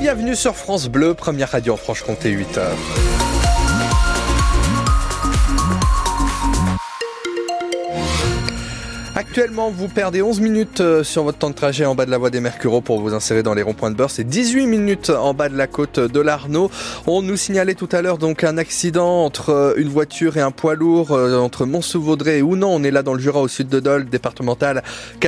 bienvenue sur France Bleu, première radio en Franche-Comté, 8h. Actuellement, vous perdez 11 minutes sur votre temps de trajet en bas de la voie des Mercureaux pour vous insérer dans les ronds-points de Beure. C'est 18 minutes en bas de la côte de l'Arnaud. On nous signalait tout à l'heure donc un accident entre une voiture et un poids lourd entre Mont-sous-Vaudrey et Ounan. On est là dans le Jura au sud de Dole, départemental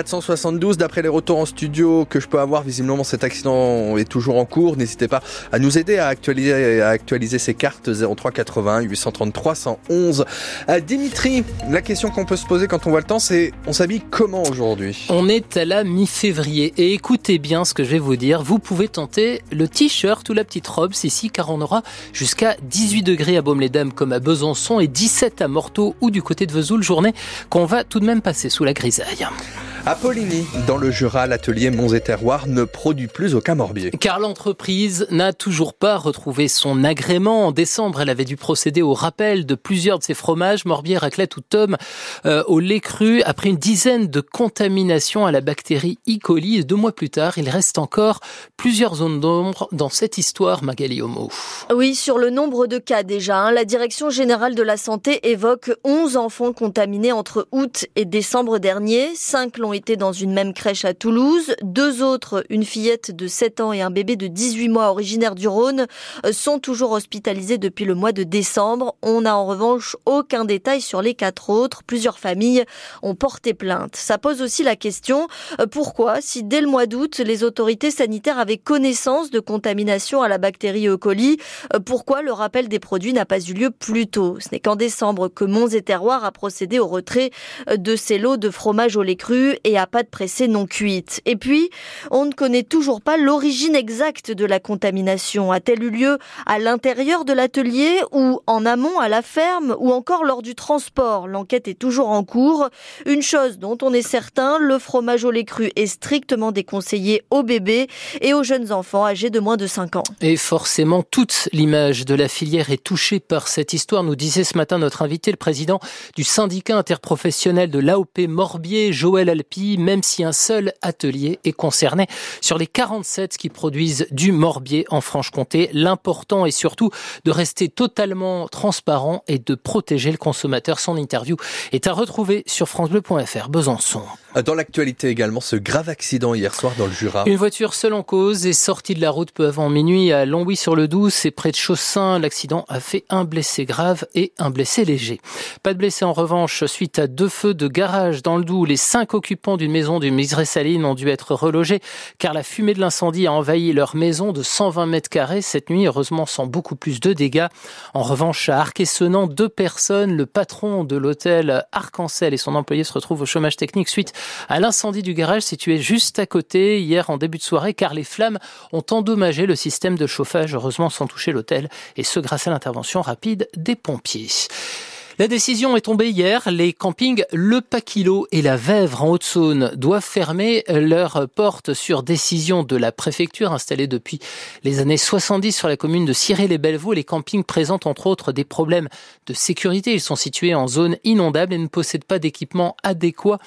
472. D'après les retours en studio que je peux avoir, visiblement cet accident est toujours en cours. N'hésitez pas à nous aider à actualiser ces cartes 03 81 833 111. Dimitri, la question qu'on peut se poser quand on voit le temps, c'est on s'habille comment aujourd'hui ? On est à la mi-février et écoutez bien ce que je vais vous dire. Vous pouvez tenter le t-shirt ou la petite robe, c'est ici, car on aura jusqu'à 18 degrés à Baume-les-Dames comme à Besançon et 17 à Morteau ou du côté de Vesoul. Journée qu'on va tout de même passer sous la grisaille. À Poligny, dans le Jura, l'atelier Monts et Terroirs ne produit plus aucun morbier. Car l'entreprise n'a toujours pas retrouvé son agrément. En décembre, elle avait dû procéder au rappel de plusieurs de ses fromages, morbier, raclette ou tome, au lait cru, après une dizaine de contaminations à la bactérie E. coli. Et 2 mois plus tard, il reste encore plusieurs zones d'ombre dans cette histoire, Magali Homo. Oui, sur le nombre de cas déjà, la Direction générale de la santé évoque 11 enfants contaminés entre août et décembre dernier. 5 l'ont été dans une même crèche à Toulouse. 2 autres, une fillette de 7 ans et un bébé de 18 mois originaire du Rhône, sont toujours hospitalisés depuis le mois de décembre. On n'a en revanche aucun détail sur les 4 autres. Plusieurs familles ont porté plainte. Ça pose aussi la question, pourquoi, si dès le mois d'août, les autorités sanitaires avaient connaissance de contamination à la bactérie E. coli, pourquoi le rappel des produits n'a pas eu lieu plus tôt ? Ce n'est qu'en décembre que Monts et Terroirs a procédé au retrait de ces lots de fromage au lait cru et à pâte pressée non cuite. Et puis, on ne connaît toujours pas l'origine exacte de la contamination. A-t-elle eu lieu à l'intérieur de l'atelier ou en amont à la ferme ou encore lors du transport ? L'enquête est toujours en cours. Une chose dont on est certain, le fromage au lait cru est strictement déconseillé aux bébés et aux jeunes enfants âgés de moins de 5 ans. Et forcément, toute l'image de la filière est touchée par cette histoire, nous disait ce matin notre invité, le président du syndicat interprofessionnel de l'AOP Morbier, Joël Alpi, même si un seul atelier est concerné. Sur les 47 qui produisent du morbier en Franche-Comté, l'important est surtout de rester totalement transparent et de protéger le consommateur. Son interview est à retrouver sur francebleu.fr Besançon. Dans l'actualité également, ce grave accident hier soir dans le Jura. Une voiture seule en cause est sortie de la route peu avant minuit à Longwy-sur-le-Doubs, c'est près de Chaussin. L'accident a fait un blessé grave et un blessé léger. Pas de blessé en revanche suite à 2 feux de garage dans le Doubs. Les 5 occupants d'une maison du Misré-Saline ont dû être relogés car la fumée de l'incendie a envahi leur maison de 120 mètres carrés cette nuit, heureusement sans beaucoup plus de dégâts. En revanche, à Arc-et-Senans, 2 personnes, le patron de l'hôtel Arc-en-Ciel et son employé se retrouvent au chômage technique suite à l'incendie du garage situé juste à côté hier en début de soirée car les flammes ont endommagé le système de chauffage, heureusement sans toucher l'hôtel, et ce grâce à l'intervention rapide des pompiers. La décision est tombée hier. Les campings Le Paquilo et la Vèvre en Haute-Saône doivent fermer leurs portes sur décision de la préfecture installée depuis les années 70 sur la commune de Ciré-les-Bellevaux. Les campings présentent entre autres des problèmes de sécurité. Ils sont situés en zone inondable et ne possèdent pas d'équipement adéquat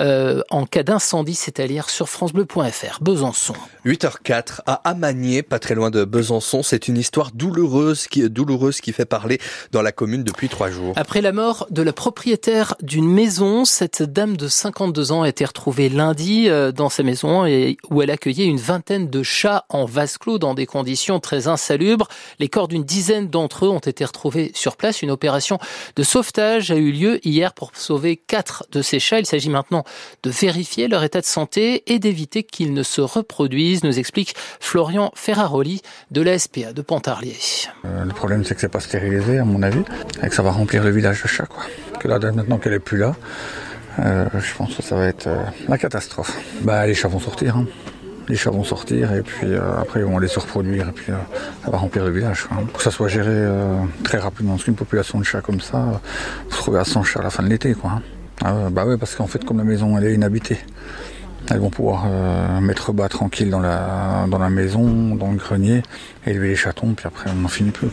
en cas d'incendie. C'est à lire sur francebleu.fr. Besançon. 8h04 à Amagné, pas très loin de Besançon. C'est une histoire douloureuse qui fait parler dans la commune depuis 3 jours. Après la mort de la propriétaire d'une maison, cette dame de 52 ans a été retrouvée lundi dans sa maison où elle accueillait une vingtaine de chats en vase clos dans des conditions très insalubres. Les corps d'une dizaine d'entre eux ont été retrouvés sur place. Une opération de sauvetage a eu lieu hier pour sauver 4 de ces chats. Il s'agit maintenant de vérifier leur état de santé et d'éviter qu'ils ne se reproduisent, nous explique Florian Ferraroli de la SPA de Pontarlier. Le problème, c'est que c'est pas stérilisé, à mon avis, et que ça va remplir le village de chats, quoi. Que là, maintenant qu'elle est plus là, je pense que ça va être la catastrophe. Les chats vont sortir, hein. Les chats vont sortir et puis après ils vont aller se reproduire et puis ça va remplir le village, quoi. Pour que ça soit géré très rapidement, parce qu'une population de chats comme ça, vous se trouvez à 100 chats à la fin de l'été, quoi. Ouais, parce qu'en fait, comme la maison elle est inhabitée, elles vont pouvoir mettre bas tranquille dans la maison, dans le grenier, élever les chatons, puis après on n'en finit plus, quoi.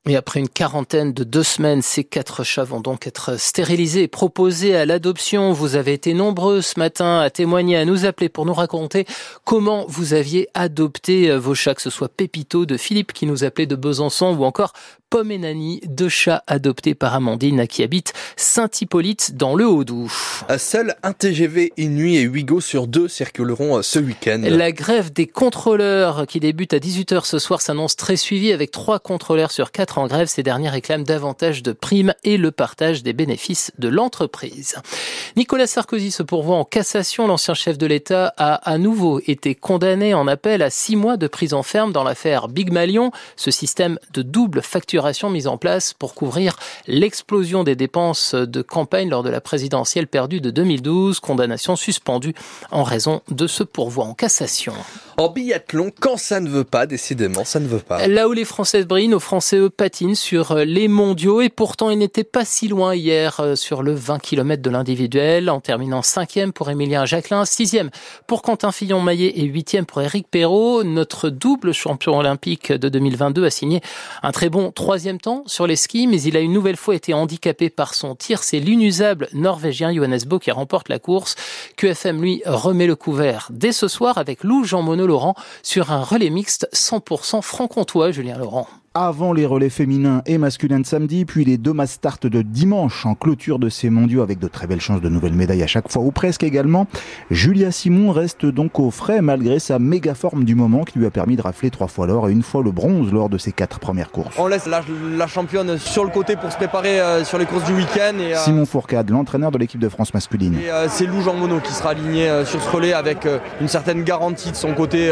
Et après une quarantaine de 2 semaines, ces 4 chats vont donc être stérilisés et proposés à l'adoption. Vous avez été nombreux ce matin à témoigner, à nous appeler pour nous raconter comment vous aviez adopté vos chats, que ce soit Pépito de Philippe qui nous appelait de Besançon ou encore Pomme et Nani, 2 chats adoptés par Amandine qui habite Saint-Hippolyte dans le Haut-Doubs. Seul un TGV Inuit et Ouigo sur 2 circuleront ce week-end. La grève des contrôleurs qui débute à 18h ce soir s'annonce très suivie avec 3 contrôleurs sur 4 en grève. Ces derniers réclament davantage de primes et le partage des bénéfices de l'entreprise. Nicolas Sarkozy se pourvoit en cassation. L'ancien chef de l'État a à nouveau été condamné en appel à 6 mois de prison ferme dans l'affaire Big Malion, ce système de double facturation mis en place pour couvrir l'explosion des dépenses de campagne lors de la présidentielle perdue de 2012. Condamnation suspendue en raison de ce pourvoi en cassation. En biathlon, quand ça ne veut pas, décidément, ça ne veut pas. Là où les Français brillent, nos Français, eux, patinent sur les mondiaux. Et pourtant, ils n'étaient pas si loin hier sur le 20 km de l'individuel, en terminant 5e pour Émilien Jacquelin, 6e pour Quentin Fillon-Maillet et 8e pour Éric Perrault. Notre double champion olympique de 2022 a signé un très bon 3e temps sur les skis, mais il a une nouvelle fois été handicapé par son tir. C'est l'inusable norvégien Johannes Bö qui remporte la course. QFM, lui, remet le couvert dès ce soir avec Lou Jean-Monod Laurent sur un relais mixte 100% franc-comtois, Julien Laurent. Avant les relais féminins et masculins de samedi, puis les 2 mass start de dimanche en clôture de ces mondiaux avec de très belles chances de nouvelles médailles à chaque fois, ou presque également. Julia Simon reste donc au frais malgré sa méga forme du moment qui lui a permis de rafler 3 fois l'or et 1 fois le bronze lors de ses 4 premières courses. On laisse la championne sur le côté pour se préparer sur les courses du week-end. Simon Fourcade, l'entraîneur de l'équipe de France masculine. Et c'est Lou Jean-Monod qui sera aligné sur ce relais avec une certaine garantie de son côté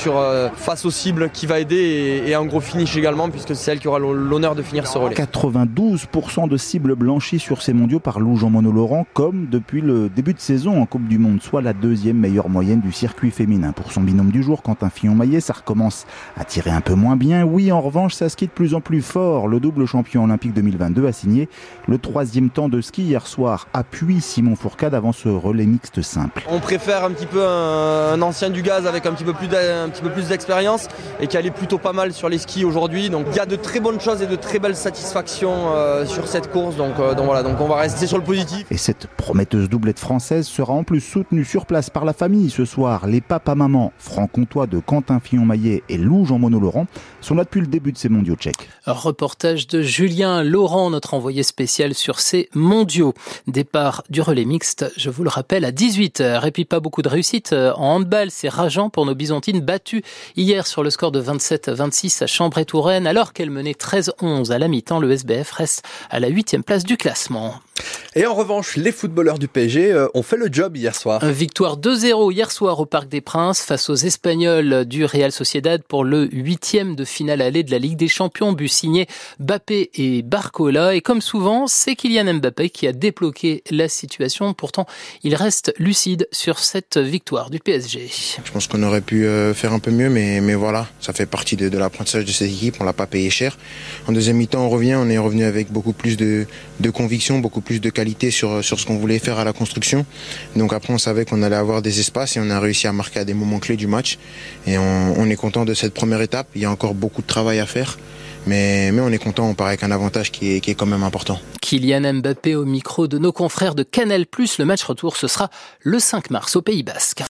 face aux cibles qui va aider et un gros finish également, puisque c'est elle qui aura l'honneur de finir ce relais. 92% de cibles blanchies sur ces mondiaux par Lou Jean-Monod Laurent, comme depuis le début de saison en Coupe du Monde, soit la 2e meilleure moyenne du circuit féminin. Pour son binôme du jour, Quentin Fillon-Maillet, ça recommence à tirer un peu moins bien. Oui, en revanche, ça skie de plus en plus fort. Le double champion olympique 2022 a signé le 3e temps de ski hier soir. Appuie Simon Fourcade avant ce relais mixte simple. On préfère un petit peu un ancien du gaz avec un petit peu plus d'expérience et qui allait plutôt pas mal sur les skis aujourd'hui. Donc il y a de très bonnes choses et de très belles satisfactions sur cette course. Donc voilà, donc on va rester sur le positif. Et cette prometteuse doublette française sera en plus soutenue sur place par la famille ce soir. Les papas-mamans franc-comtois de Quentin Fillon-Maillet et Lou Jean-Monod Laurent sont là depuis le début de ces mondiaux tchèques. Reportage de Julien Laurent, notre envoyé spécial sur ces mondiaux. Départ du relais mixte, je vous le rappelle, à 18h. Et puis pas beaucoup de réussite en handball. C'est rageant pour nos Byzantines battues hier sur le score de 27-26 à Chambray-Touraine. Alors qu'elle menait 13-11 à la mi-temps, le SBF reste à la 8e place du classement. Et en revanche, les footballeurs du PSG ont fait le job hier soir. Victoire 2-0 hier soir au Parc des Princes face aux Espagnols du Real Sociedad pour le 8e de finale aller de la Ligue des Champions. But signé Mbappé et Barcola. Et comme souvent, c'est Kylian Mbappé qui a débloqué la situation. Pourtant, il reste lucide sur cette victoire du PSG. Je pense qu'on aurait pu faire un peu mieux, mais voilà, ça fait partie de l'apprentissage de cette équipe. On l'a pas payé cher. En deuxième mi-temps, on est revenu avec beaucoup plus de conviction, beaucoup plus de qualité sur ce qu'on voulait faire à la construction. Donc après, on savait qu'on allait avoir des espaces et on a réussi à marquer à des moments clés du match. Et on est content de cette première étape. Il y a encore beaucoup de travail à faire. Mais on est content, on part avec un avantage qui est quand même important. Kylian Mbappé au micro de nos confrères de Canal+. Le match retour, ce sera le 5 mars au Pays Basque.